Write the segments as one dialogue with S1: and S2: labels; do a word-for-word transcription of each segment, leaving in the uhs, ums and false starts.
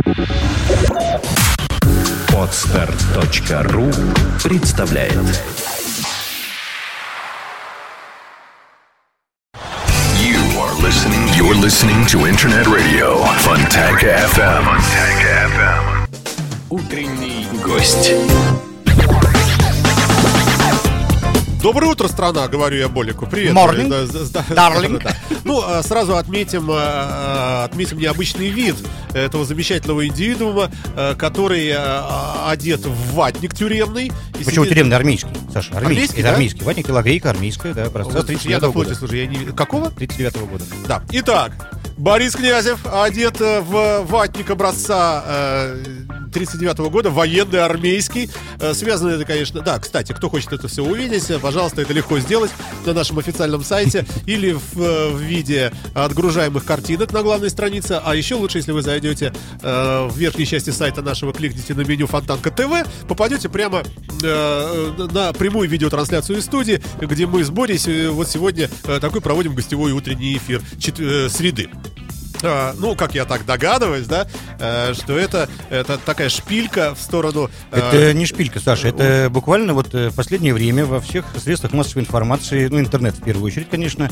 S1: Подстер точка ру представляет.
S2: You are listening. You're listening to Internet Radio Fontanka эф эм. Fontanka эф эм. Утренний гость.
S3: Доброе утро, страна, говорю я Болику. Привет.
S4: Morning,
S3: Дарлинг. Ну, ну, отметим, отметим необычный вид этого замечательного индивидуума, который одет в ватник тюремный.
S4: Почему сидит... тюремный? Армейский, Саша, армейский.
S3: Армейский,
S4: это
S3: да?
S4: армейский. Ватник и лагрейка армейская, да, просто тридцать девятого года.
S3: Слушай, я не... Какого?
S4: тридцать девятого года.
S3: Да. Итак, Борис Князев одет в ватник образца э, тридцать девятого года, военный, армейский. Э, связано это, конечно... Да, кстати, кто хочет это все увидеть, пожалуйста, это легко сделать на нашем официальном сайте или в, в виде отгружаемых картинок на главной странице. А еще лучше, если вы зайдете э, в верхней части сайта нашего, кликните на меню Фонтанка ТВ, попадете прямо э, на прямую видеотрансляцию из студии, где мы с Борей вот сегодня э, такой проводим гостевой утренний эфир чет- э, среды. А, ну, как я так догадываюсь, да, э, что это, это такая шпилька в сторону... Э,
S4: это не шпилька, Саша, это буквально вот в последнее время во всех средствах массовой информации, ну, интернет в первую очередь, конечно,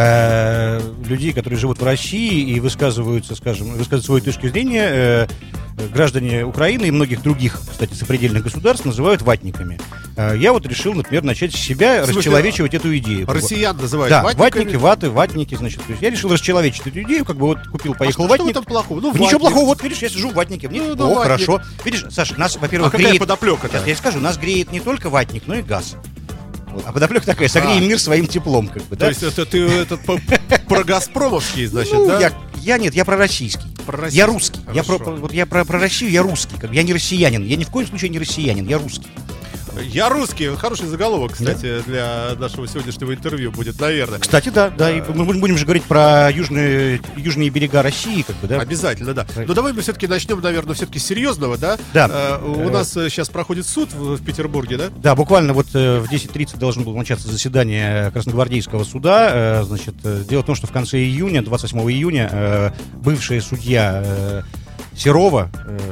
S4: э, людей, которые живут в России и высказываются, скажем, высказывают свою точку зрения, э, граждане Украины и многих других, кстати, сопредельных государств называют ватниками. Я вот решил, например, начать с себя расчеловечивать эту идею.
S3: Россиян называют
S4: да,
S3: ватниками.
S4: ватники, ваты, ватники, значит. То есть я решил расчеловечить эту идею, как бы вот купил, поехал
S3: а
S4: ватник.
S3: Что там плохого? Ну,
S4: ничего плохого, вот видишь, я сижу в ватнике. Мне ну, ну, хорошо. Видишь, Саша, нас, во-первых,
S3: а
S4: греет...
S3: какая подоплека-то?
S4: Сейчас я скажу, нас греет не только ватник, но и газ. Вот. А подоплека такая, согреем а. мир своим теплом, как бы,
S3: То
S4: да?
S3: есть это ты этот про газпромовский, значит,
S4: ну,
S3: да?
S4: Я, я нет, я про российский.
S3: Про российский.
S4: Я русский. Я про, вот я про, про Россию, я русский. Как бы. Я не россиянин. Я ни в коем случае не россиянин, я русский.
S3: Я русский. Хороший заголовок, кстати, да? Для нашего сегодняшнего интервью будет, наверное.
S4: Кстати, да, да. И мы будем же говорить про южные, южные берега России, как бы, да?
S3: Обязательно, да. Но давай мы все-таки начнем, наверное, все-таки с серьезного, да?
S4: Да.
S3: А, у нас сейчас проходит суд в, в Петербурге, да?
S4: Да, буквально вот в десять тридцать должно было начаться заседание Красногвардейского суда. Значит, дело в том, что в конце июня, двадцать восьмого июня, бывшая судья Серова,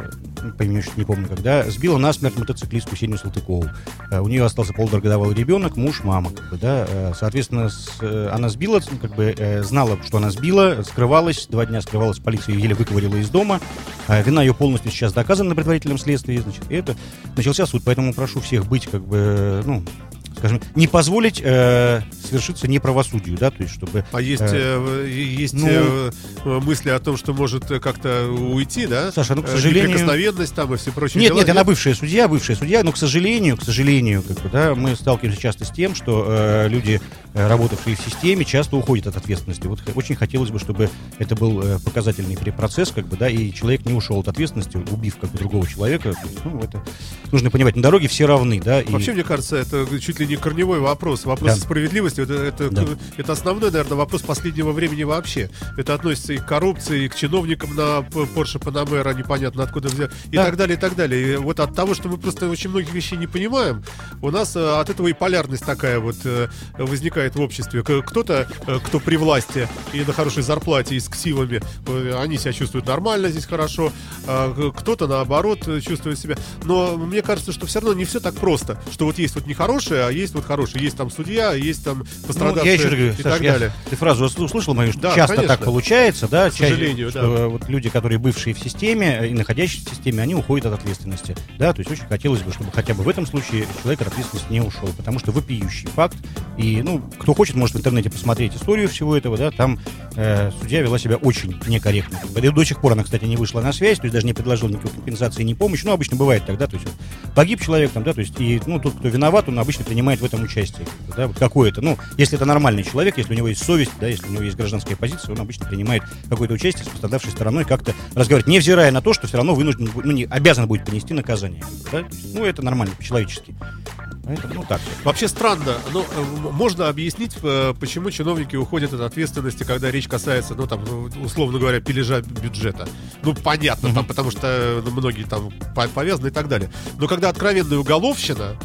S4: по имени не помню когда, сбила насмерть мотоциклистку Ксению Салтыкову. У нее остался полуторагодовалый ребенок, муж, мама, как бы, да. Соответственно, с, она сбила, как бы знала, что она сбила, скрывалась, два дня скрывалась, полиция еле выковырила из дома. Вина ее полностью сейчас доказана на предварительном следствии, значит, и это начался суд, поэтому прошу всех быть, как бы, ну, скажем, не позволить э, свершиться неправосудию, да, то есть чтобы...
S3: А есть, э, есть ну, э, мысли о том, что может как-то уйти, да?
S4: Саша, ну, к сожалению...
S3: Неприкосновенность там и все прочее.
S4: Нет,
S3: дела,
S4: нет, она бывшая судья, бывшая судья, но, к сожалению, к сожалению, как бы, да, мы сталкиваемся часто с тем, что э, люди, э, работавшие в системе, часто уходят от ответственности. Вот очень хотелось бы, чтобы это был э, показательный процесс, как бы, да, и человек не ушел от ответственности, убив как бы другого человека. Ну, это нужно понимать, на дороге все равны, да. И...
S3: Вообще, мне кажется, это чуть ли не корневой вопрос. Вопрос
S4: да.
S3: справедливости. Это, это,
S4: да.
S3: это основной, наверное, вопрос последнего времени вообще. Это относится и к коррупции, и к чиновникам на Porsche Panamera, непонятно откуда взять, и да. так далее, и так далее. И вот от того, что мы просто очень многих вещей не понимаем, у нас от этого и полярность такая вот возникает в обществе. Кто-то, кто при власти и на хорошей зарплате, и с ксивами, они себя чувствуют нормально здесь хорошо. Кто-то, наоборот, чувствует себя. Но мне кажется, что все равно не все так просто. Что вот есть вот нехорошее, а есть вот хорошее. Есть там судья, есть там пострадавшие, ну, я еще говорю,
S4: и
S3: Саш,
S4: так
S3: я,
S4: далее. Ты фразу услышал мою, что
S3: да,
S4: часто
S3: конечно.
S4: так получается, да?
S3: К сожалению,
S4: чаще,
S3: да.
S4: Что вот люди, которые бывшие в системе и находящиеся в системе, они уходят от ответственности. Да, то есть очень хотелось бы, чтобы хотя бы в этом случае человек от ответственности не ушел, потому что вопиющий факт. И, ну, кто хочет, может в интернете посмотреть историю всего этого, да, там э, судья вела себя очень некорректно. И до сих пор она, кстати, не вышла на связь, то есть даже не предложила никакой компенсации, ни помощи. Ну, обычно бывает тогда, то есть погиб человек там, да, то есть и, ну, тот, кто виноват, он обычно принимает в этом участие, да, вот какое-то, ну, если это нормальный человек, если у него есть совесть, да, если у него есть гражданская позиция, он обычно принимает какое-то участие с пострадавшей стороной, как-то разговаривать, невзирая на то, что все равно вынужден, ну, не обязан будет понести наказание, да? Ну, это нормально, по-человечески. Поэтому, ну, так.
S3: Вообще странно, но можно объяснить, почему чиновники уходят от ответственности, когда речь касается, ну, там, условно говоря, пилежа бюджета. Ну, понятно, mm-hmm. там, потому что ну, многие там повязаны и так далее. Но когда откровенная уголовщина,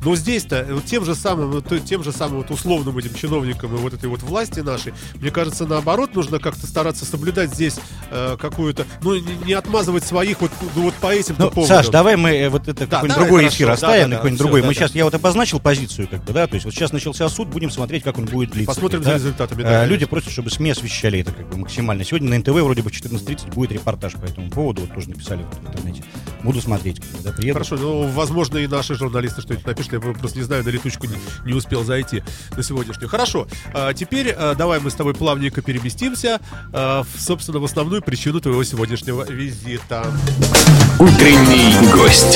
S3: Но здесь-то вот тем же самым, вот, тем же самым вот условным этим чиновникам и вот этой вот власти нашей, мне кажется, наоборот, нужно как-то стараться соблюдать здесь э, какую-то, ну, не, не отмазывать своих вот, ну, вот по этим-то
S4: Ну,
S3: поводам.
S4: Саш, давай мы э, вот это
S3: Да,
S4: какой-нибудь
S3: давай,
S4: другой
S3: хорошо,
S4: эфир
S3: да,
S4: оставим,
S3: да,
S4: на
S3: да,
S4: какой-нибудь
S3: всё,
S4: другой.
S3: да,
S4: Мы
S3: да.
S4: сейчас, я вот обозначил позицию, как бы, да, то есть вот сейчас начался суд, будем смотреть, как он будет длиться.
S3: Посмотрим
S4: как
S3: за
S4: бы,
S3: результатами,
S4: да.
S3: да,
S4: Э, Люди
S3: конечно.
S4: просят, чтобы СМИ освещали это как бы максимально. Сегодня на эн тэ вэ вроде бы в четырнадцать тридцать будет репортаж по этому поводу, вот тоже написали вот в интернете. Буду смотреть, когда приеду.
S3: Хорошо, ну, возможно, и наши журналисты что-нибудь напишут, я просто не знаю, на летучку не, не успел зайти на сегодняшнюю. Хорошо, а, теперь а, давай мы с тобой плавненько переместимся, а, в, собственно, в основную причину твоего сегодняшнего визита.
S2: Утренний гость.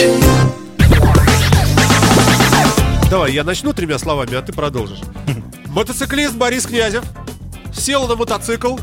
S3: Давай, я начну тремя словами, а ты продолжишь. Мотоциклист Борис Князев сел на мотоцикл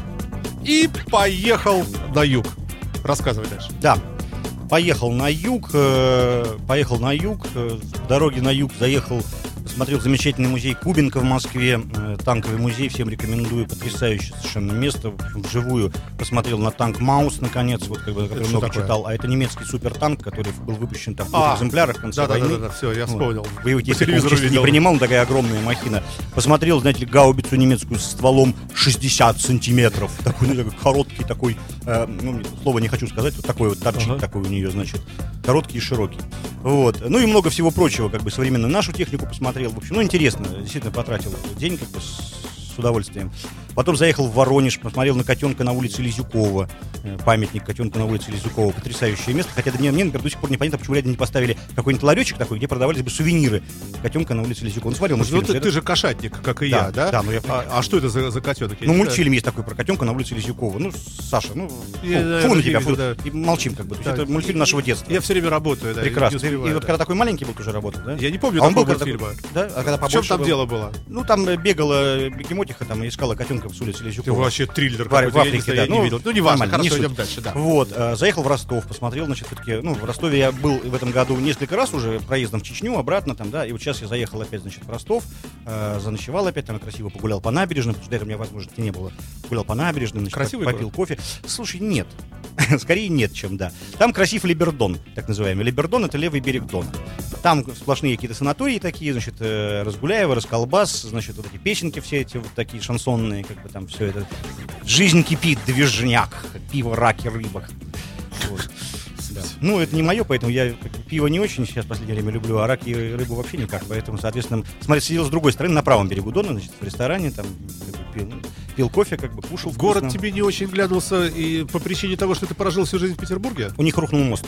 S3: и поехал на юг. Рассказывай дальше.
S4: Да. Поехал на юг, э, поехал на юг, э, с дороги на юг заехал, посмотрел замечательный музей Кубинка в Москве, э, танковый музей, всем рекомендую, потрясающее совершенно место, в общем, вживую посмотрел на танк Маус, наконец, вот, как бы, который
S3: Это
S4: много
S3: что такое?
S4: читал, а это немецкий супертанк, который был выпущен там в
S3: А,
S4: двух экземплярах в конце
S3: Да, да,
S4: войны.
S3: да, да, все, я вспомнил.
S4: Вот. Боевых
S3: По
S4: действий
S3: телевизору
S4: участия не
S3: видел.
S4: принимал, но такая огромная махина. Посмотрел, знаете ли, гаубицу немецкую с стволом шестьдесят сантиметров. Такой, ну, такой короткий такой, э, ну, слова не хочу сказать, вот такой вот торчит,
S3: Ага.
S4: такой у нее, значит, короткий и широкий. Вот. Ну и много всего прочего, как бы современную нашу технику посмотрел. В общем, ну интересно, действительно потратил день как бы с, с удовольствием. Потом заехал в Воронеж, посмотрел на котенка на улице Лизюкова, э, памятник котенку на улице Лизюкова, потрясающее место. Хотя мне, мне, например, до сих пор непонятно, почему рядом не поставили какой-нибудь ларечек такой, где продавались бы сувениры котенка на улице Лизюкова. Ну, смотрел
S3: Ну,
S4: мультфильм.
S3: ты,
S4: это-
S3: ты же кошатник, как и
S4: Да,
S3: я, да?
S4: да, ну я-
S3: а, а что это за, за котенок? Я
S4: Ну,
S3: не
S4: мультфильм есть такой про котенка на улице Лизюкова. Ну, Саша, ну,
S3: Я,
S4: фу,
S3: наверное,
S4: фу на
S3: не
S4: тебя,
S3: видел,
S4: фу.
S3: да.
S4: И молчим как бы. То есть
S3: Да.
S4: это мультфильм нашего детства.
S3: знаю. Я все время работаю, да. и
S4: Прекрасно.
S3: не
S4: И,
S3: успеваю,
S4: и вот
S3: да.
S4: когда такой маленький был, тоже работал, да?
S3: Я не помню
S4: А он был
S3: такого
S4: когда
S3: мультфильма.
S4: такой- да? А когда
S3: В чем
S4: побольше
S3: там
S4: был?
S3: дело было?
S4: Ну, там э, бегала бегемотиха, там, искала котенка с улицы
S3: Это
S4: Лизюкова.
S3: вообще триллер
S4: В, Ар-
S3: какой-то,
S4: в
S3: я не
S4: Африке,
S3: знаю,
S4: да.
S3: я не видел. Ну, не важно,
S4: нормально, не
S3: хорошо,
S4: суть.
S3: идем дальше, да.
S4: Вот, э, заехал в Ростов, посмотрел, значит, все-таки, ну, в Ростове я был в этом году несколько раз уже проездом в Чечню, обратно там, да, и вот сейчас я заехал опять, значит, в Ростов, э, заночевал опять, там красиво погулял по набережным, потому что до этого у меня возможности не было. Гулял по набережным, значит,
S3: Красивый
S4: попил
S3: город?
S4: кофе. Слушай, нет. Скорее нет, чем да. Там красив Либердон, так называемый. Либердон — это левый берег Дона. Там сплошные какие-то санатории такие, значит, э, Разгуляева, Расколбас, значит, вот эти песенки все эти вот такие шансонные, как бы там все это. Жизнь кипит, движняк, пиво, раки, рыба. Вот. Да. Ну, это не мое, поэтому я как бы, пиво не очень сейчас в последнее время люблю, а раки и рыбу вообще никак. Поэтому, соответственно, смотри, сидел с другой стороны, на правом берегу Дона, значит, в ресторане, там, как бы, пил, пил кофе, как бы, кушал
S3: Город
S4: вкусно.
S3: тебе не очень глянулся и по причине того, что ты прожил всю жизнь в Петербурге?
S4: У них рухнул мост.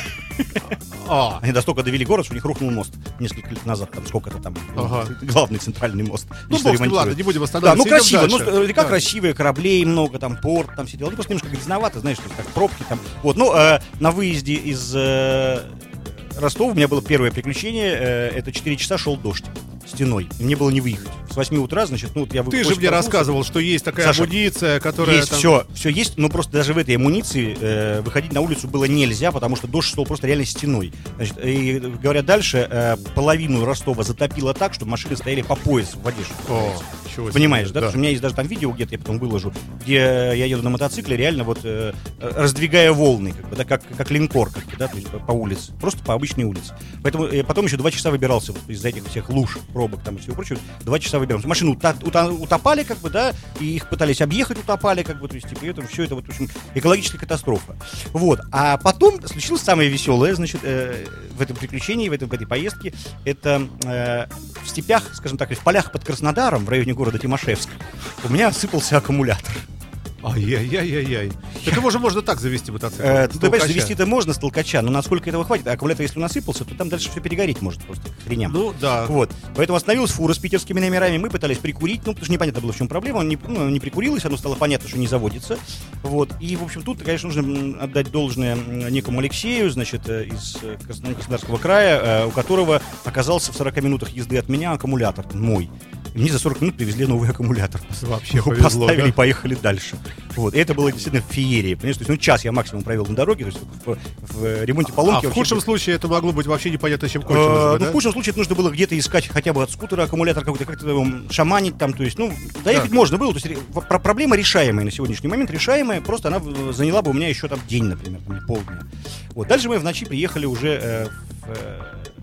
S3: А,
S4: Они настолько довели город, что у них рухнул мост несколько лет назад. Там сколько-то там. ну,
S3: Ага.
S4: Главный центральный мост.
S3: ну,
S4: Что
S3: бог с ним,
S4: ремонтируют.
S3: ладно, не будем
S4: Да,
S3: останавливаться.
S4: ну
S3: идем
S4: красиво, ну,
S3: дальше.
S4: что, река
S3: Да.
S4: красивая, кораблей много, там порт, там все дела. Ну, просто немножко грязновато, знаешь, что как пробки там. Вот, ну, э, на выезде из э, Ростова у меня было первое приключение. Э, это четыре часа шел дождь стеной. И мне было не выехать. С восьми утра, значит, ну, вот я...
S3: Ты же мне рассказывал, что есть такая
S4: Саша,
S3: амуниция, которая
S4: Есть
S3: там-
S4: все, все есть, но просто даже в этой амуниции э, выходить на улицу было нельзя, потому что дождь шел просто реально стеной. Значит, и говоря дальше, э, половину Ростова затопило так, что машины стояли по пояс в воде. что
S3: О,
S4: называется.
S3: ничего себе.
S4: Понимаешь, да? Потому что у меня есть даже там видео где-то, я потом выложу, где я еду на мотоцикле, реально вот э, раздвигая волны, как бы, да, как, как линкор, как бы, да, то есть по, по улице, просто по обычной улице. Поэтому э, потом еще два часа выбирался вот, из-за этих всех луж, пробок там и всего прочего, два часа выбирался. Машины ута- ута- утопали, как бы, да, и их пытались объехать, утопали, как бы, то есть, типа, и это все это вот, в общем, экологическая катастрофа. Вот. А потом случилось самое веселое, значит, э, в этом приключении, в, этом, в этой поездке, это э, в степях, скажем так, в полях под Краснодаром, в районе города Тимошевск, у меня осыпался аккумулятор.
S3: Ай-яй-яй-яй-яй. Это можно, можно так завести мотоцикл.
S4: Э,
S3: С
S4: ты понимаешь,
S3: толкача.
S4: завести-то можно с толкача, но насколько этого хватит? А аккумулятор, если он осыпался, то там дальше все перегореть может просто к хреням.
S3: Ну, да.
S4: Вот. Поэтому остановилась фура с питерскими номерами, мы пытались прикурить, ну, потому что непонятно было, в чем проблема, он не, ну, не прикурилось, оно стало понятно, что не заводится. Вот. И, в общем, тут, конечно, нужно м, отдать должное м, некому Алексею, значит, э, из э, Краснодар- Краснодарского края, э, у которого оказался в сорока минутах езды от меня аккумулятор мой. И мне за сорок минут привезли новый аккумулятор.
S3: Вообще
S4: Его
S3: повезло,
S4: поставили
S3: да?
S4: и поехали дальше. Вот. И это было действительно феерия. Понимаешь, то есть, ну, час я максимум провел на дороге, то есть в, в ремонте
S3: А
S4: поломки.
S3: в
S4: вообще
S3: худшем
S4: было-
S3: случае это могло быть вообще непонятно, чем
S4: Э,
S3: кончилось бы,
S4: ну,
S3: да?
S4: в худшем случае это нужно было где-то искать хотя бы от скутера аккумулятор какой-то, как-то там шаманить там, то есть, ну, доехать
S3: Да.
S4: можно было, то есть ре- в- про- проблема решаемая на сегодняшний момент, решаемая, просто она э, заняла бы у меня еще там день, например, там, или полдня. Вот, дальше мы в ночи приехали уже э, в, э,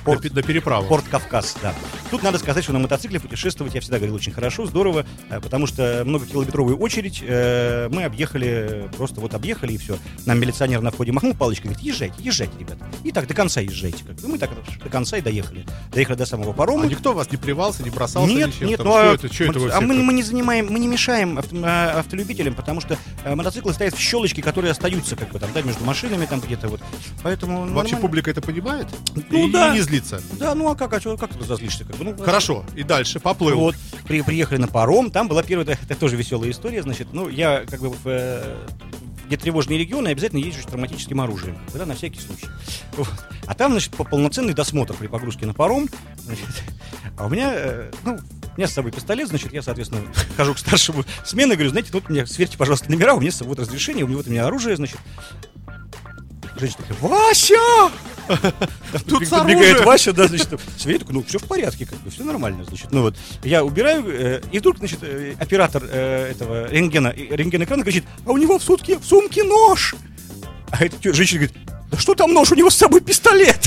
S3: Порт, на, на переправу.
S4: Порт Кавказ, да. Тут надо сказать, что на мотоцикле путешествовать, я всегда говорил, очень хорошо, здорово, потому что многокилометровую очередь э, мы объехали, просто вот объехали и все. Нам милиционер на входе махнул палочкой, говорит, езжайте, езжайте, ребята. И так до конца езжайте. Как бы. Мы так до конца и доехали. Доехали до самого парома.
S3: А никто вас не плевался, не бросался?
S4: Нет,
S3: ничем,
S4: нет,
S3: там,
S4: ну
S3: что
S4: а,
S3: это, что
S4: мы,
S3: это
S4: а мы, мы не занимаем, мы не мешаем авто, автолюбителям, потому что э, мотоциклы стоят в щелочке, которые остаются как бы там, да, между машинами там где-то вот. Поэтому
S3: вообще
S4: нормально.
S3: публика это понимает?
S4: Ну
S3: и,
S4: да.
S3: И не злится?
S4: Да, ну а как, а что, как ты разозлишься? Как бы, ну,
S3: Хорошо, и дальше, поплыл.
S4: Вот, при, приехали на паром, там была первая, это, это тоже веселая история, значит, ну, я как бы в, э, где тревожные регионы, обязательно езжу с травматическим оружием, да, на всякий случай. Вот. А там, значит, полноценный досмотр при погрузке на паром, значит, а у меня, э, ну, у меня с собой пистолет, значит, я, соответственно, хожу к старшему смены, говорю, знаете, вот мне сверьте, пожалуйста, номера, у меня с собой вот разрешение, у него вот у меня оружие, значит. Женщина такая, Вася!
S3: Тут
S4: подбегает Вася, да, значит, сверяет, такой, ну, все в порядке, как бы, все нормально, значит, ну вот. Я убираю, э, и вдруг, значит, э, оператор э, этого рентгена, рентген-экрана кричит, а у него в сутке, в сумке нож! А эта женщина говорит, да что там нож, у него с собой пистолет!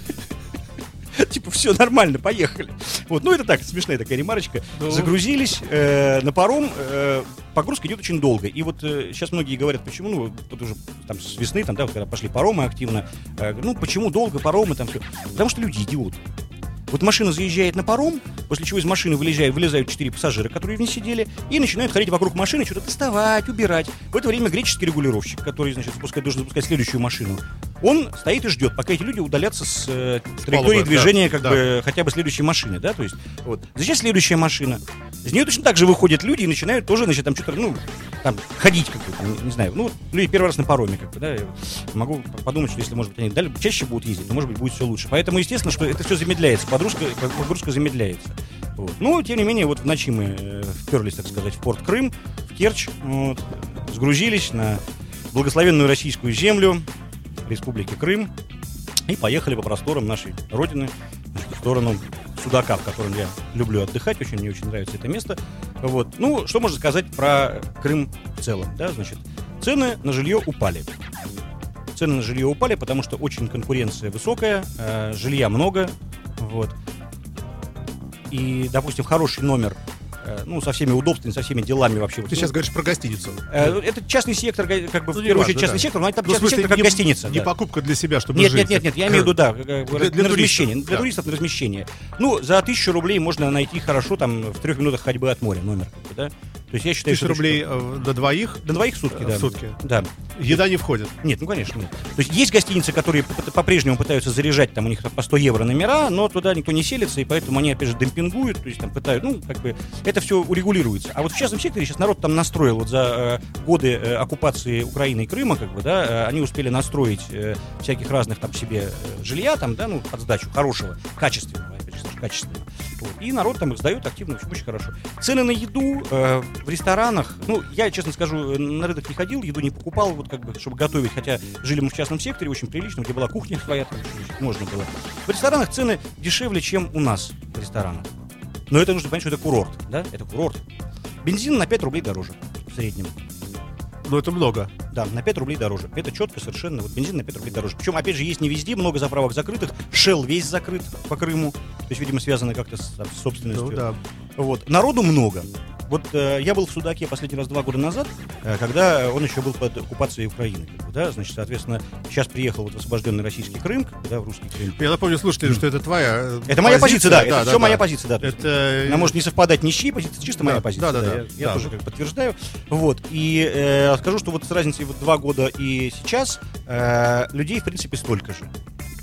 S4: Типа, все нормально, поехали. Вот, ну это так, смешная такая ремарочка.
S3: Ну.
S4: Загрузились э, на паром, э, погрузка идет очень долго. И вот э, сейчас многие говорят, почему, ну, тут уже там с весны, там, да, вот, когда пошли паромы активно, э, ну, почему долго паромы, там все. Потому что люди идиоты. Вот машина заезжает на паром, после чего из машины вылезают, вылезают четыре пассажира, которые в ней сидели, и начинают ходить вокруг машины, что-то доставать, убирать. В это время греческий регулировщик, который, значит, запускает, должен запускать следующую машину, он стоит и ждет, пока эти люди удалятся с э, траектории
S3: палубы,
S4: движения,
S3: да,
S4: как
S3: да.
S4: бы, хотя бы следующей машины, да, то есть, вот. Зачем следующая машина? Из нее точно так же выходят люди и начинают тоже, значит, там что-то, ну, там, ходить, как бы, там, не знаю, ну, люди первый раз на пароме, как бы, да, я могу подумать, что если, может быть, они дальше, чаще будут ездить, то, может быть, будет все лучше. Поэтому, естественно, что это все замедляется, погрузка, погрузка замедляется. Вот. Но, тем не менее, вот в ночи мы э, вперлись, так сказать, в порт Крым, в Керчь, вот, сгрузились на благословенную российскую землю Республики Крым и поехали по просторам нашей родины, значит, в сторону Судака, в котором я люблю отдыхать, очень мне очень нравится это место. Вот. Ну, что можно сказать про Крым в целом, да, значит, цены на жилье упали. Цены на жилье упали, потому что очень конкуренция высокая, э, жилья много, вот. И, допустим, хороший номер, э, ну, со всеми удобствами, со всеми делами вообще.
S3: Ты
S4: ну,
S3: сейчас говоришь про гостиницу.
S4: э, это частный сектор, как бы,
S3: Ну,
S4: в
S3: не
S4: первую
S3: важно,
S4: очередь частный
S3: да.
S4: сектор, но это
S3: Ну, в
S4: частный
S3: смысле,
S4: сектор как
S3: не,
S4: гостиница.
S3: не
S4: да.
S3: покупка для себя, чтобы
S4: Нет,
S3: жить.
S4: нет, нет, нет, я имею в виду, да, как-
S3: Для-
S4: на
S3: для
S4: размещение.
S3: туристов,
S4: Для
S3: да.
S4: туристов на размещение. Ну, за тысячу рублей можно найти хорошо, там, в трех минутах ходьбы от моря номер, как бы, да. То есть я считаю,
S3: Тысяча
S4: что...
S3: рублей э, на двоих,
S4: До двоих в сутки,
S3: э,
S4: да.
S3: в сутки.
S4: Да.
S3: Еда не входит.
S4: Нет, ну, конечно, нет. То есть есть гостиницы, которые по- по-прежнему пытаются заряжать, там у них по сто евро номера, но туда никто не селится, и поэтому они, опять же, демпингуют, то есть там пытают, ну, как бы, это все урегулируется. А вот в частном секторе сейчас народ там настроил, вот за э, годы э, оккупации Украины и Крыма, как бы, да, э, они успели настроить э, всяких разных там себе э, жилья, там, да, ну, под сдачу хорошего, качественного, опять же, скажу, качественного. Вот. И народ там их сдает активно, очень, очень хорошо. Цены на еду э, в ресторанах, ну, я, честно скажу, на рынок не ходил, еду не покупал, вот как бы, чтобы готовить, хотя жили мы в частном секторе, очень прилично, где была кухня своя, там очень можно было. В ресторанах цены дешевле, чем у нас в ресторанах. Но это нужно понять, что это курорт, да, это курорт. Бензин на пять рублей дороже в среднем.
S3: Но это много.
S4: Да, на пять рублей дороже. Это четко совершенно. Вот бензин на пять рублей дороже. Причем, опять же, есть не везде, много заправок закрытых. Shell весь закрыт по Крыму. То есть, видимо, связано как-то с, там, с собственностью.
S3: Ну, да.
S4: Вот. Народу много. Вот э, я был в Судаке последний раз два года назад, э, когда он еще был под оккупацией Украины. Как бы, да? Значит, соответственно, сейчас приехал вот в освобожденный российский Крым, да, в русский Крым.
S3: Я напомню слушателям, что это твоя э,
S4: Это моя позиция, да, это все моя позиция, да.
S3: Это...
S4: Она может не совпадать ни с чьей позицией, чисто
S3: Да,
S4: моя позиция.
S3: да, да, да,
S4: я я
S3: да.
S4: тоже как подтверждаю. Вот. И э, скажу, что вот с разницей вот два года и сейчас э, людей, в принципе, столько же.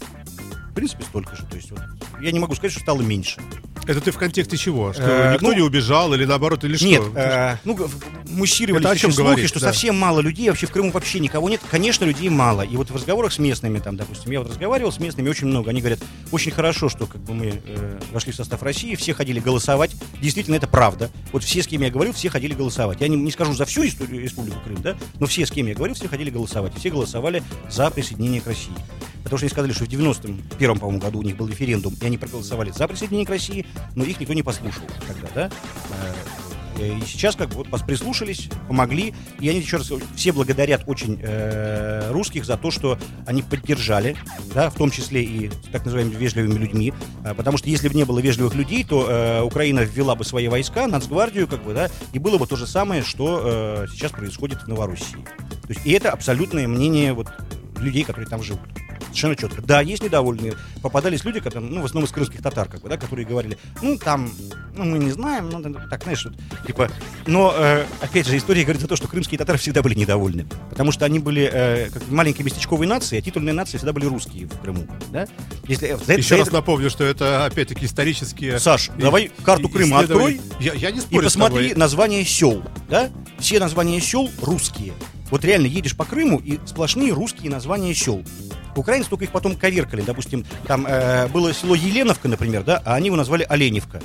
S4: В принципе, столько же. То есть, вот, я не могу сказать, что стало меньше.
S3: Это ты в контексте чего? Что
S4: Э,
S3: никто
S4: ну,
S3: не убежал или наоборот, или
S4: Нет,
S3: что?
S4: э, ну, в- муссировались
S3: Это о чем
S4: еще слухи,
S3: говорит,
S4: что
S3: да.
S4: совсем мало людей, вообще в Крыму вообще никого нет. Конечно, людей мало. И вот в разговорах с местными, там, допустим, я вот разговаривал с местными очень много. Они говорят, очень хорошо, что как бы мы э, вошли в состав России, все ходили голосовать. Действительно, это правда. Вот все, с кем я говорил, все ходили голосовать. Я не, не скажу за всю историю Республику Крым, да, но все, с кем я говорил, все ходили голосовать. И все голосовали за присоединение к России. Потому что они сказали, что в девяностом первом, по-моему, году у них был референдум, и они проголосовали за присоединение к России, но их никто не послушал тогда, да. Э, И сейчас как бы вот пос- прислушались, помогли. И они, еще раз говорю, все благодарят очень э, русских за то, что они поддержали, да, в том числе и так называемыми вежливыми людьми. А, потому что если бы не было вежливых людей, то э, Украина ввела бы свои войска, Нацгвардию, как бы, да, и было бы то же самое, что э, сейчас происходит в Новороссии. То есть, и это абсолютное мнение вот, людей, которые там живут. Совершенно четко. Да, есть недовольные. Попадались люди, которые, ну, в основном из крымских татар, как бы, да, которые говорили, ну, там, ну, мы не знаем, ну, так, знаешь, вот, типа, но, э, опять же, история говорит о том, что крымские татары всегда были недовольны, потому что они были э, как маленькой местечковой нацией, а титульные нации всегда были русские в Крыму, да? Если, за
S3: Еще
S4: это,
S3: раз напомню, что это, опять-таки, исторические...
S4: Саш, и, давай карту Крыма открой
S3: я, я не спорю
S4: и посмотри
S3: с тобой.
S4: названия сел, да? Все названия сел русские. Вот реально едешь по Крыму и сплошные русские названия сел. Украинцы только их потом коверкали. Допустим, там э, было село Еленовка, например, да, а они его назвали Оленевка.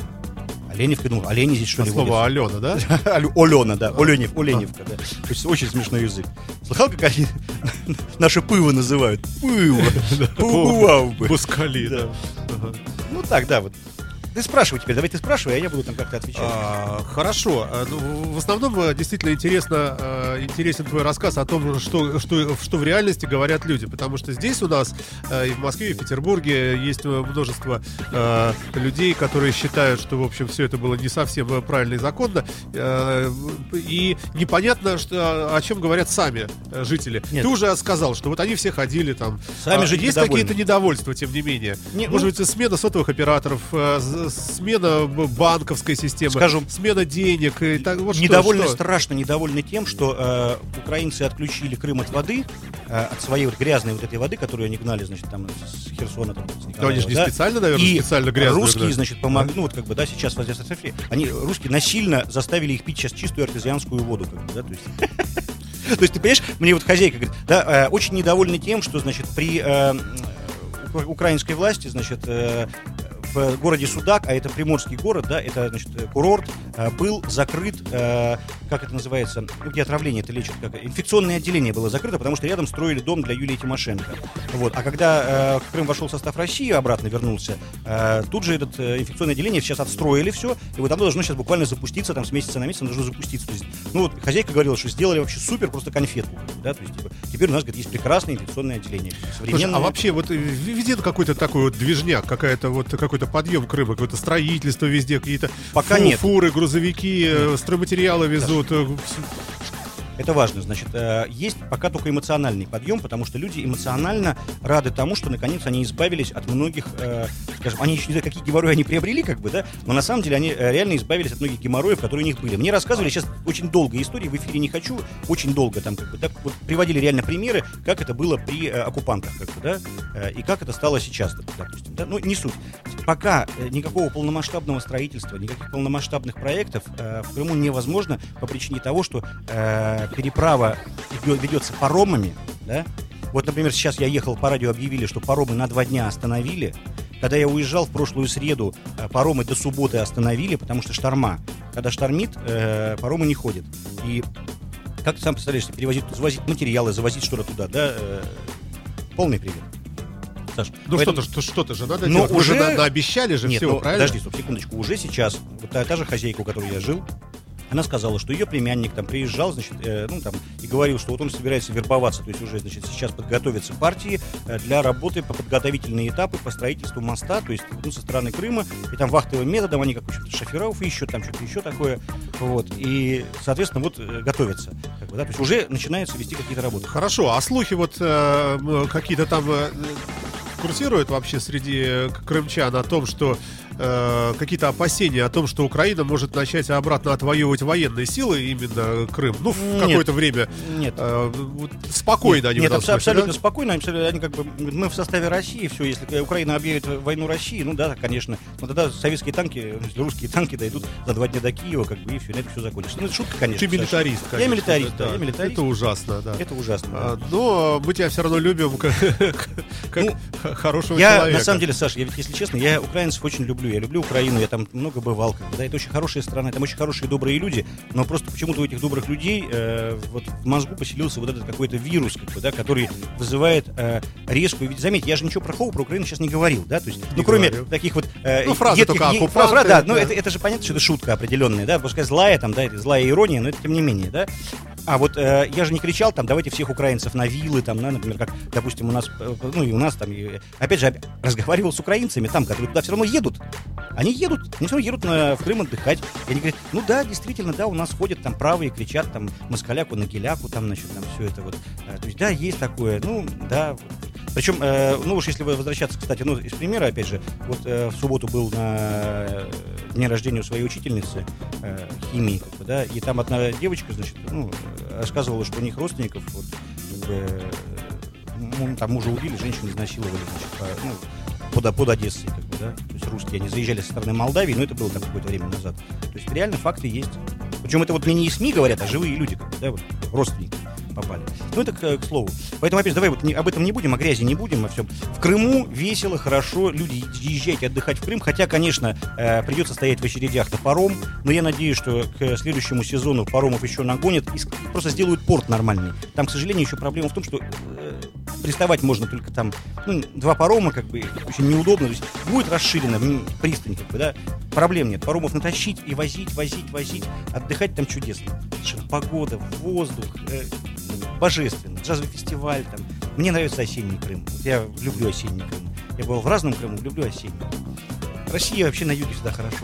S4: Оленевка, думаю, олени здесь что ли
S3: Слово
S4: водятся?
S3: Алена, да?
S4: Олена, да, Оленев, Оленевка, да. То есть очень смешной язык. Слыхал, как они наше пыво называют? Пыво. Пыво.
S3: Бускали, да.
S4: Ну так, да, вот. Ты спрашивай теперь, давай ты спрашивай, а я буду там как-то отвечать.
S3: А, хорошо. А, ну, в основном э, действительно интересно, э, интересен твой рассказ о том, что, что, что в реальности говорят люди. Потому что здесь у нас э, и в Москве, и в Петербурге есть множество э, людей, которые считают, что, в общем, все это было не совсем правильно и законно. Э, и непонятно, что, о чем говорят сами жители.
S4: Нет.
S3: Ты уже сказал, что вот они все ходили там.
S4: Сами
S3: а,
S4: жители
S3: есть
S4: довольны.
S3: какие-то недовольства, тем не менее.
S4: Не,
S3: Может быть, смена сотовых операторов, э, смена банковской системы,
S4: Скажу,
S3: смена денег. И так, вот
S4: недовольны,
S3: что, что?
S4: страшно недовольны тем, что э, украинцы отключили Крым от воды, э, от своей вот грязной вот этой воды, которую они гнали, значит, там с Херсона, там, с Николаева,
S3: Да, они же не
S4: да?
S3: специально, наверное,
S4: И
S3: специально грязную
S4: русские,
S3: гнали.
S4: значит, помогли, ну вот как бы, да, сейчас возле Сафри, они, русские, насильно заставили их пить сейчас чистую артезианскую воду, как бы, да, то есть... То есть, ты понимаешь, мне вот хозяйка говорит, да, э, очень недовольны тем, что, значит, при э, украинской власти, значит, э, в городе Судак, а это приморский город, да, это, значит, курорт, э, был закрыт, э, как это называется, ну, где отравление это лечат, как, инфекционное отделение было закрыто, потому что рядом строили дом для Юлии Тимошенко. Вот. А когда э, Крым вошел в состав России, обратно вернулся, э, тут же это э, инфекционное отделение сейчас отстроили все, и вот оно должно сейчас буквально запуститься, там с месяца на месяц оно должно запуститься. То есть, ну вот хозяйка говорила, что сделали вообще супер, просто конфетку, да, то есть, типа, теперь у нас, говорит, есть прекрасное инфекционное отделение.
S3: Слушай, а вообще вот виден какой-то такой вот движняк, какая-то вот какой-то подъем Крыма, какое-то строительство везде, какие-то
S4: Пока
S3: фу-
S4: нет.
S3: фуры, грузовики, э, стройматериалы везут. э,
S4: Это важно, значит, э, есть пока только эмоциональный подъем, потому что люди эмоционально рады тому, что наконец они избавились от многих, э, скажем, они еще не знаю, какие геморрои они приобрели, как бы, да, но на самом деле они э, реально избавились от многих геморроев, которые у них были. Мне рассказывали сейчас очень долгая история, в эфире не хочу, очень долго там, как бы, да, вот, приводили реально примеры, как это было при э, оккупантах, как бы, да, э, и как это стало сейчас, допустим, да, ну, не суть. Пока э, никакого полномасштабного строительства, никаких полномасштабных проектов э, в Крыму невозможно по причине того, что э, переправа ведется паромами, да? Вот, например, сейчас я ехал, по радио объявили, что паромы на два дня остановили. Когда я уезжал в прошлую среду, паромы до субботы остановили, потому что шторма. Когда штормит, э, паромы не ходят. И как ты сам представляешь, перевозить, завозить материалы, завозить что-то туда, да? Э, полный привет. Саш,
S3: Ну
S4: поэтому...
S3: что-то, что, что-то же надо
S4: Но
S3: делать. Мы
S4: уже-
S3: же на- наобещали же
S4: Нет,
S3: всего,
S4: ну,
S3: правильно?
S4: подожди, стоп, секундочку. Уже сейчас, вот та, та же хозяйка, у которой я жил, она сказала, что ее племянник там приезжал, значит, э, ну там, и говорил, что вот он собирается вербоваться, то есть уже, значит, сейчас подготовятся партии э, для работы по подготовительные этапы по строительству моста, то есть, ну, со стороны Крыма, и там вахтовым методом они как учат шоферов ищут, там что-то еще такое, вот, и, соответственно, вот э, готовятся, как бы, да, то есть уже начинаются вести какие-то работы.
S3: Хорошо, а слухи вот э, м, какие-то там э, курсируют вообще среди э, крымчан о том, что э, какие-то опасения о том, что Украина может начать обратно отвоевывать военные силы именно Крым, ну, в
S4: Нет.
S3: какое-то время.
S4: Нет.
S3: Э, вот спокойно они
S4: Нет,
S3: в этом
S4: абс-
S3: смысле,
S4: абсолютно
S3: да?
S4: спокойно. Абсолютно, они как бы, мы в составе России, все, если Украина объявит войну России, ну да, конечно, но тогда советские танки, русские танки дойдут за два дня до Киева, как бы, и все, на это все закончится. Ну, это шутка, конечно.
S3: Ты
S4: Саша.
S3: милитарист,
S4: Я
S3: конечно.
S4: милитарист, да, я милитарист.
S3: Это ужасно, да.
S4: Это ужасно. да.
S3: А, но мы тебя все равно любим как, как
S4: Ну,
S3: х- хорошего
S4: Я,
S3: человека.
S4: на самом деле, Саша, я ведь, если честно, я украинцев очень люблю. люблю, я люблю Украину, я там много бывал, как бы, да, это очень хорошая страна, там очень хорошие добрые люди, но просто почему-то у этих добрых людей э, вот в мозгу поселился вот этот какой-то вирус, как бы, да, который вызывает э, резкую, ведь заметьте, я же ничего плохого про Украину сейчас не говорил, да, то есть, ну, кроме
S3: говорил.
S4: таких вот э,
S3: ну, фразы
S4: едких,
S3: только
S4: е-
S3: оккупанты,
S4: фраза, да,
S3: да.
S4: ну, это, это же понятно, что это шутка определенная, да, пускай злая там, да, это злая ирония, но это тем не менее, да. А вот э, я же не кричал там, давайте всех украинцев на виллы, там, да, например, как, допустим, у нас, э, ну и у нас там, и, опять же, разговаривал с украинцами там, которые туда все равно едут. Они едут, они все равно едут на, в Крым отдыхать. И они говорят, ну да, действительно, да, у нас ходят там правые, кричат там москаляку на геляку, там, значит, там все это вот. Э, то есть, да, есть такое, ну, да. Причем, э, ну уж если возвращаться, кстати, ну, из примера, опять же, вот э, в субботу был на дне рождения у своей учительницы э, химии, как бы, да, и там одна девочка, значит, ну, рассказывала, что у них родственников, вот, как бы, ну, там мужа убили, женщину изнасиловали, значит, по, ну, под, под Одессой, как бы, да, то есть русские, они заезжали со стороны Молдавии, но это было там какое-то время назад. То есть реально факты есть. Причем это вот мне не СМИ говорят, а живые люди, как бы, да, вот, родственники попали. Ну, это к, к слову. Поэтому, опять же, давай вот не, об этом не будем, о грязи не будем, о всем. В Крыму весело, хорошо, люди, езжайте отдыхать в Крым, хотя, конечно, э, придется стоять в очередях на паром, но я надеюсь, что к следующему сезону паромов еще нагонят и просто сделают порт нормальный. Там, к сожалению, еще проблема в том, что э, приставать можно только там, ну, два парома, как бы, очень неудобно, то есть будет расширена пристань, как бы, да, проблем нет. Паромов натащить и возить, возить, возить, отдыхать там чудесно. Погода, воздух, э, божественно, джазовый фестиваль там. Мне нравится осенний Крым. Вот я люблю осенний Крым. Я был в разном Крыму, люблю осенний. Россия вообще на юге всегда хорошо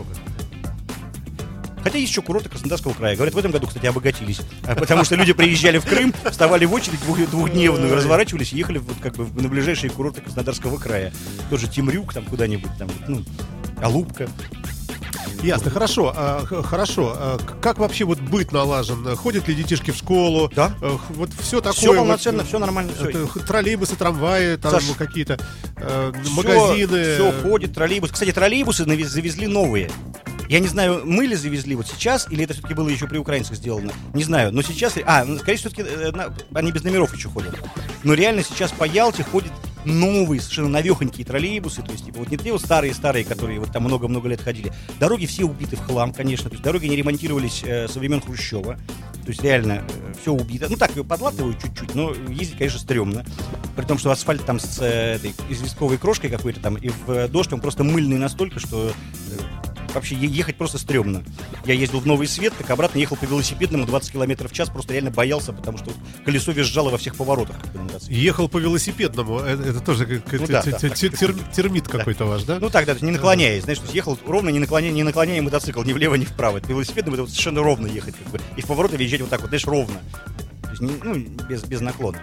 S4: как-то. Хотя есть еще курорты Краснодарского края. Говорят, в этом году, кстати, обогатились. Потому что люди приезжали в Крым, вставали в очередь двух- двухдневную, разворачивались и ехали вот как бы на ближайшие курорты Краснодарского края. Тоже Темрюк там куда-нибудь, там, ну, Алупка.
S3: Ясно, хорошо, а, х- хорошо. А, к- как вообще вот быт налажен? Ходят ли детишки в школу?
S4: Да.
S3: А, х- вот все такое.
S4: Все полноценно,
S3: вот,
S4: все нормально, все.
S3: это х- троллейбусы, трамваи, там
S4: Саш,
S3: какие-то э,
S4: Всё-
S3: магазины.
S4: Все ходит, троллейбус. Кстати, троллейбусы навез- завезли новые. Я не знаю, мы ли завезли вот сейчас, или это все-таки было еще при украинцах сделано. Не знаю, но сейчас... А, ну, скорее всего, все-таки э, на- они без номеров еще ходят. Но реально сейчас по Ялте ходят новые, совершенно навехонькие троллейбусы. То есть, типа, вот не те вот старые-старые, которые вот там много-много лет ходили. Дороги все убиты в хлам, конечно. То есть дороги не ремонтировались э, со времен Хрущева. То есть реально э, все убито. Ну так, ее подлатывают чуть-чуть, но ездить, конечно, стрёмно. При том, что асфальт там с э, этой известковой крошкой какой-то там, и в э, дождь он просто мыльный настолько, что... э, Вообще е- ехать просто стрёмно. Я ездил в Новый Свет, так обратно ехал по велосипедному двадцать километров в час, просто реально боялся, потому что колесо визжало во всех поворотах. Как бы, на мотоцикле.
S3: Ехал по велосипедному. Это, это тоже как-
S4: Ну
S3: те-
S4: да,
S3: те-
S4: да,
S3: те-
S4: так,
S3: те-
S4: так.
S3: тер- термит какой-то ваш, да?
S4: Ну так, да, то есть не наклоняясь, знаешь, то есть ехал ровно, не наклоняя, не наклоняя мотоцикл ни влево, ни вправо. Это велосипедом это вот совершенно ровно ехать, как бы, и в повороты въезжать вот так вот, знаешь, ровно. То есть, не- ну, без, без наклона.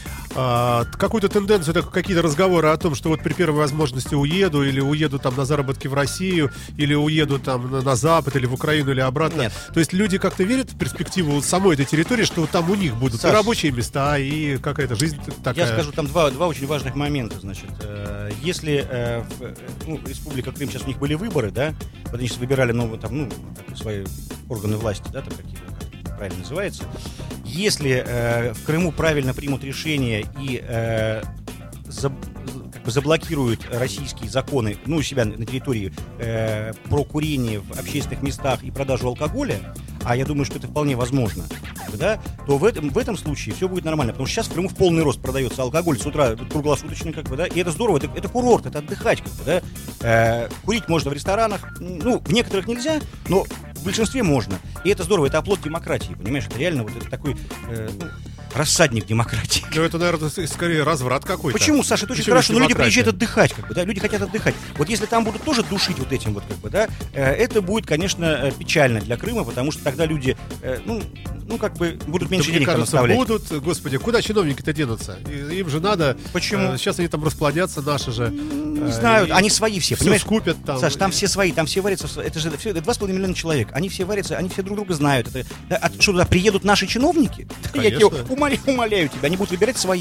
S3: А, какую-то тенденцию, так, какие-то разговоры о том, что вот при первой возможности уеду, или уеду там на заработки в Россию, или уеду там на, на Запад, или в Украину, или обратно.
S4: Нет.
S3: То есть люди как-то верят в перспективу самой этой территории, что вот там у них будут
S4: Саш,
S3: и рабочие места, и какая-то жизнь такая.
S4: Я скажу, там два, два очень важных момента, значит. Э, Если э, в, э, ну, Республика Крым, сейчас у них были выборы, да, вот они сейчас выбирали новые, там, ну, так, свои органы власти, да, там какие-то, как правильно называется. Если э, в Крыму правильно примут решение и э, за- как бы заблокируют российские законы, ну, у себя на территории э, про курение в общественных местах и продажу алкоголя, а я думаю, что это вполне возможно, да, то в этом, в этом случае все будет нормально, потому что сейчас в Крыму в полный рост продается алкоголь с утра круглосуточно, как бы, да, и это здорово, это, это курорт, это отдыхать, как бы, да, э, курить можно в ресторанах, ну, в некоторых нельзя, но в большинстве можно, и это здорово, это оплот демократии, понимаешь, это реально вот это такой э, ну, рассадник демократии.
S3: Ну, это, наверное, с- скорее разврат какой-то.
S4: Почему, Саша, это очень
S3: Почему
S4: хорошо, но люди
S3: демократия?
S4: приезжают отдыхать, как бы, да, люди хотят отдыхать. Вот если там будут тоже душить вот этим вот, как бы, да, э, это будет, конечно, э, печально для Крыма, потому что тогда люди, э, ну, ну, как бы, будут
S3: Да,
S4: меньше
S3: мне
S4: денег там
S3: кажется,
S4: оставлять.
S3: будут, господи, куда чиновники-то денутся? И- Им же надо.
S4: Почему?
S3: э, Сейчас они там расплодятся, наши же.
S4: Не знаю, они свои все,
S3: все
S4: понимаешь?
S3: скупят там.
S4: Саш, там все свои, там все варятся, в- это же все, это два с половиной миллиона человек, они все варятся, они все друг друга знают. Это, да, а что туда приедут наши чиновники? Я
S3: Конечно.
S4: тебя умоляю, умоляю тебя, они будут выбирать своих.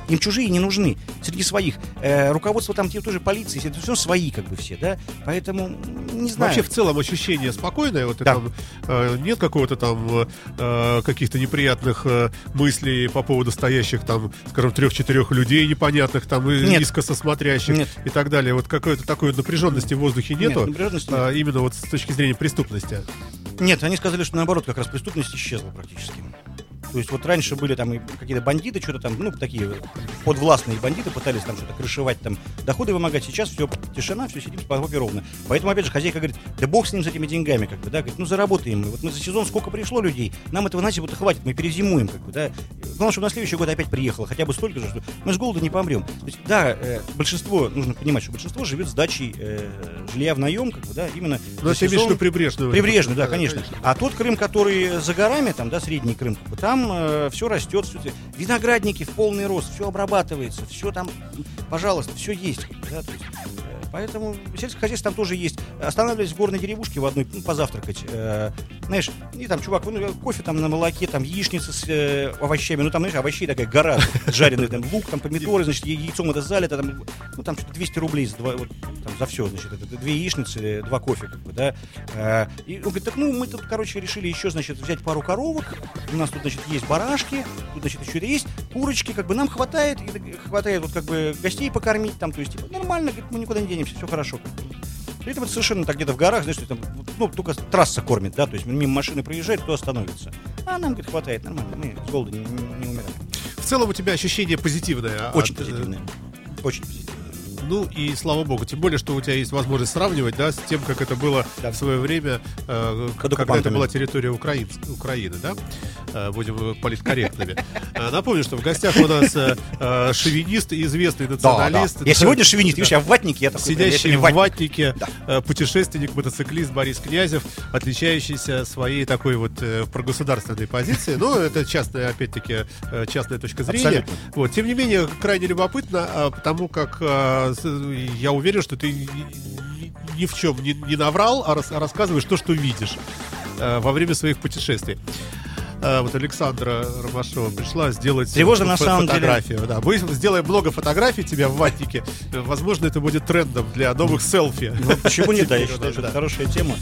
S4: Им чужие не нужны. Среди своих. Э, руководство там, те тоже полиции, это все свои как бы все, да? Поэтому, не знаю.
S3: Вообще, в целом, ощущение спокойное, вот
S4: Да.
S3: там, э, нет какого-то там э, каких-то неприятных э, мыслей по поводу стоящих там, скажем, трех-четырех людей непонятных, там, и
S4: Нет.
S3: искоса смотрящих
S4: Нет.
S3: и так далее. Вот какой-то такой напряженности в воздухе нету,
S4: Нет, напряженности нет.
S3: а, именно вот с точки зрения преступности.
S4: Нет, они сказали, что наоборот, как раз преступность исчезла практически. То есть вот раньше были там и какие-то бандиты, что-то там, ну, такие подвластные бандиты пытались там что-то крышевать, там, доходы вымогать. Сейчас все, тишина, все сидим по попе ровно. Поэтому, опять же, хозяйка говорит, да бог с ним, с этими деньгами, как бы, да, говорит, ну, заработаем мы. Вот мы за сезон сколько пришло людей, нам этого, знаете, вот и хватит, мы перезимуем, как бы, да. Главное, чтобы на следующий год опять приехало, хотя бы столько же, что мы с голода не помрем. То есть, да, э, большинство, нужно понимать, что большинство живет с дачей э, жилья в наем, как бы, да, именно
S3: Но
S4: за
S3: ты имеешь в
S4: сезон.
S3: виду прибрежную?
S4: Прибрежный, да, конечно. А тот Крым, который за горами, там, да, средний Крым, как бы, там э, все растет, все, виноградники в полный рост, все обрабатывается, все там, пожалуйста, все есть. Да, то есть, э, поэтому сельское хозяйство там тоже есть. Останавливались в горной деревушке в одной, ну, позавтракать. Э, знаешь, и там, чувак, ну, кофе там на молоке, там яичница с э, овощами, ну там, знаешь, овощей такая гора, жареный там лук, там помидоры, значит, яйцом это залито, там, ну там что-то двести рублей за, два, вот, там, за все, значит, это две яичницы, два кофе, как бы, да. Э, и он говорит, так, ну, мы тут, короче, решили еще, значит, взять пару коровок, у нас тут, значит, есть барашки, тут, значит, еще есть курочки, как бы нам хватает, и, хватает вот как бы гостей покормить, там, то есть, типа, нормально, говорит, мы никуда не денемся, все хорошо. При этом это совершенно так где-то в горах, знаешь, там, ну, только трасса кормит, да, то есть мимо машины проезжает, кто остановится. А нам, говорит, хватает, нормально, мы с голода не, не, не умираем.
S3: В целом у тебя ощущение позитивное.
S4: Очень
S3: от, э,
S4: позитивное. Очень позитивное.
S3: Ну и слава богу, тем более, что у тебя есть возможность сравнивать, да, с тем, как это было
S4: Да.
S3: в свое время, э,
S4: Под
S3: когда это
S4: оккупантами.
S3: была территория Украин, Украины, да? Э, будем политкорректными. Э, Напомню, что в гостях у нас э, э, шовинист и известный националист.
S4: Я сегодня шовинист, видишь, я в ватнике, я такой,
S3: Сидящий
S4: я
S3: в
S4: сегодня
S3: ватнике
S4: Да.
S3: э, путешественник, мотоциклист Борис Князев, отличающийся своей такой вот э, прогосударственной позицией. Ну, это частная, опять-таки, э, частная точка зрения.
S4: Абсолютно.
S3: Вот. Тем не менее, крайне любопытно, а, потому как а, с- я уверен, что ты ни, ни- ни в чем не, не наврал, а, рас- а рассказываешь то, что видишь а, во время своих путешествий. А, вот Александра Ромашова пришла сделать
S4: Тревожно,
S3: фо-
S4: на самом деле.
S3: фотографию. Да. Мы сделаем много фотографий тебя в ватнике. Э, Возможно, это будет трендом для новых селфи.
S4: Ну, почему нет, да, я
S3: Теперь у
S4: считаю,
S3: нас,
S4: что
S3: да.
S4: это хорошая тема.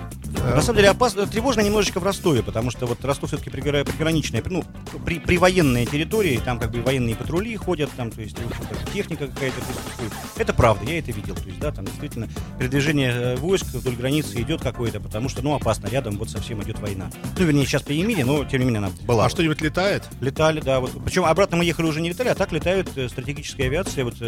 S4: На самом деле опасно, тревожно немножечко в Ростове, потому что вот Ростов все-таки пригора- приграничная, ну, при, привоенная территория, там как бы военные патрули ходят, там, то есть, в общем-то, техника какая-то присутствует. Это правда, я это видел, то есть, да, там действительно передвижение э, войск вдоль границы идет какое-то, потому что, ну, опасно, рядом вот совсем идет война. Ну, вернее, сейчас при Емеле, но, тем не менее, она была.
S3: А что-нибудь летает?
S4: Летали, да, вот. Причем обратно мы ехали уже не летали, а так летают э, стратегическая авиация, вот,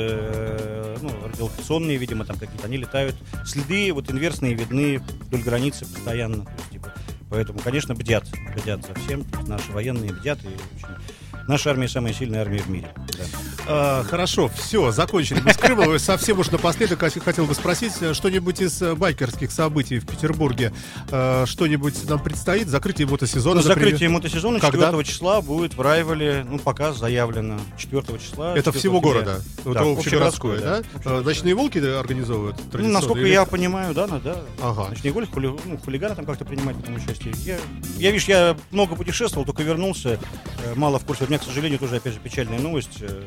S4: э, ну, радиолокационные, видимо, там какие-то, они летают. Следы вот инверсные видны вдоль границы постоянно, то есть, типа, поэтому, конечно, бдят, бдят за всем, наши военные бдят, и очень... Наша армия самая сильная армия в мире. Да.
S3: А, хорошо, все, закончили мы с Крымом. Совсем уж напоследок хотел бы спросить, что-нибудь из э, байкерских событий в Петербурге, э, что-нибудь нам предстоит? Закрытие мотосезона,
S4: Ну,
S3: например?
S4: закрытие мотосезона
S3: Когда?
S4: четвёртого числа будет в Райволе, ну, пока заявлено, четвёртого числа.
S3: Это
S4: четвёртого
S3: всего
S4: февраля.
S3: города?
S4: Да,
S3: Это общегородское, да?
S4: общегородское,
S3: Э, Ночные волки организовывают
S4: Ну,
S3: традиционно?
S4: насколько
S3: или-
S4: я понимаю, да, ну, да.
S3: Ага.
S4: Значит, не голь, хули, ну, хулиганы там как-то принимают в этом участие. Я, я, видишь, я много путешествовал, только вернулся, э, мало в курсе. У меня, к сожалению, тоже, опять же, печальная новость. Э,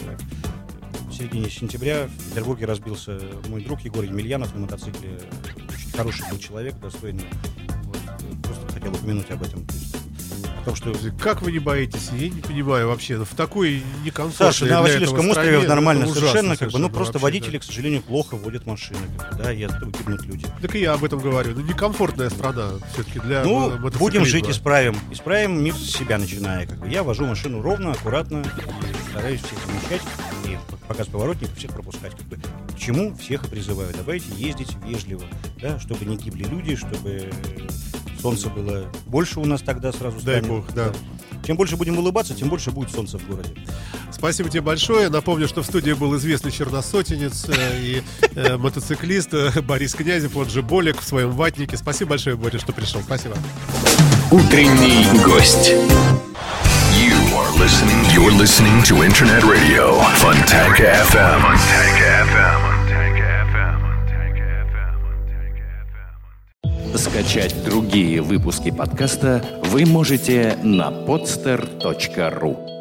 S4: В середине сентября в Петербурге разбился мой друг Егор Емельянов на мотоцикле. Очень хороший был человек, достойный. Вот, э, просто хотел упомянуть об этом. То есть, о том, что...
S3: Как вы не боитесь? Я не понимаю вообще. В такой некомфортной
S4: Саша,
S3: для
S4: на
S3: этого
S4: Васильевском
S3: стране,
S4: острове нормально
S3: это ужасно
S4: совершенно, как бы, ну
S3: совершенно
S4: просто
S3: вообще,
S4: водители,
S3: да.
S4: к сожалению, плохо водят машины, как бы, да, и от этого гибнут люди.
S3: Так и я об этом говорю. Ну, некомфортная страна все-таки для
S4: Ну,
S3: мо- мотоциклизма.
S4: будем жить, исправим. Исправим мир с себя начиная. Как бы. Я вожу машину ровно, аккуратно и стараюсь всех замечать и показ поворотников всех пропускать. Как бы. К чему всех и призываю. Давайте ездить вежливо, да, чтобы не гибли люди, чтобы солнца было больше у нас тогда сразу
S3: Дай
S4: станет.
S3: бог, да.
S4: Чем больше будем улыбаться, тем больше будет солнца в городе.
S3: Спасибо тебе большое. Напомню, что в студии был известный черносотенец э, и э, мотоциклист э, Борис Князев, он же Болик в своем ватнике. Спасибо большое, Борис, что пришел. Спасибо.
S2: Утренний гость. You are listening. You're listening to Internet Radio Fontanka эф эм. Fontanka эф эм.
S1: Скачать другие выпуски подкаста вы можете на podster точка ру.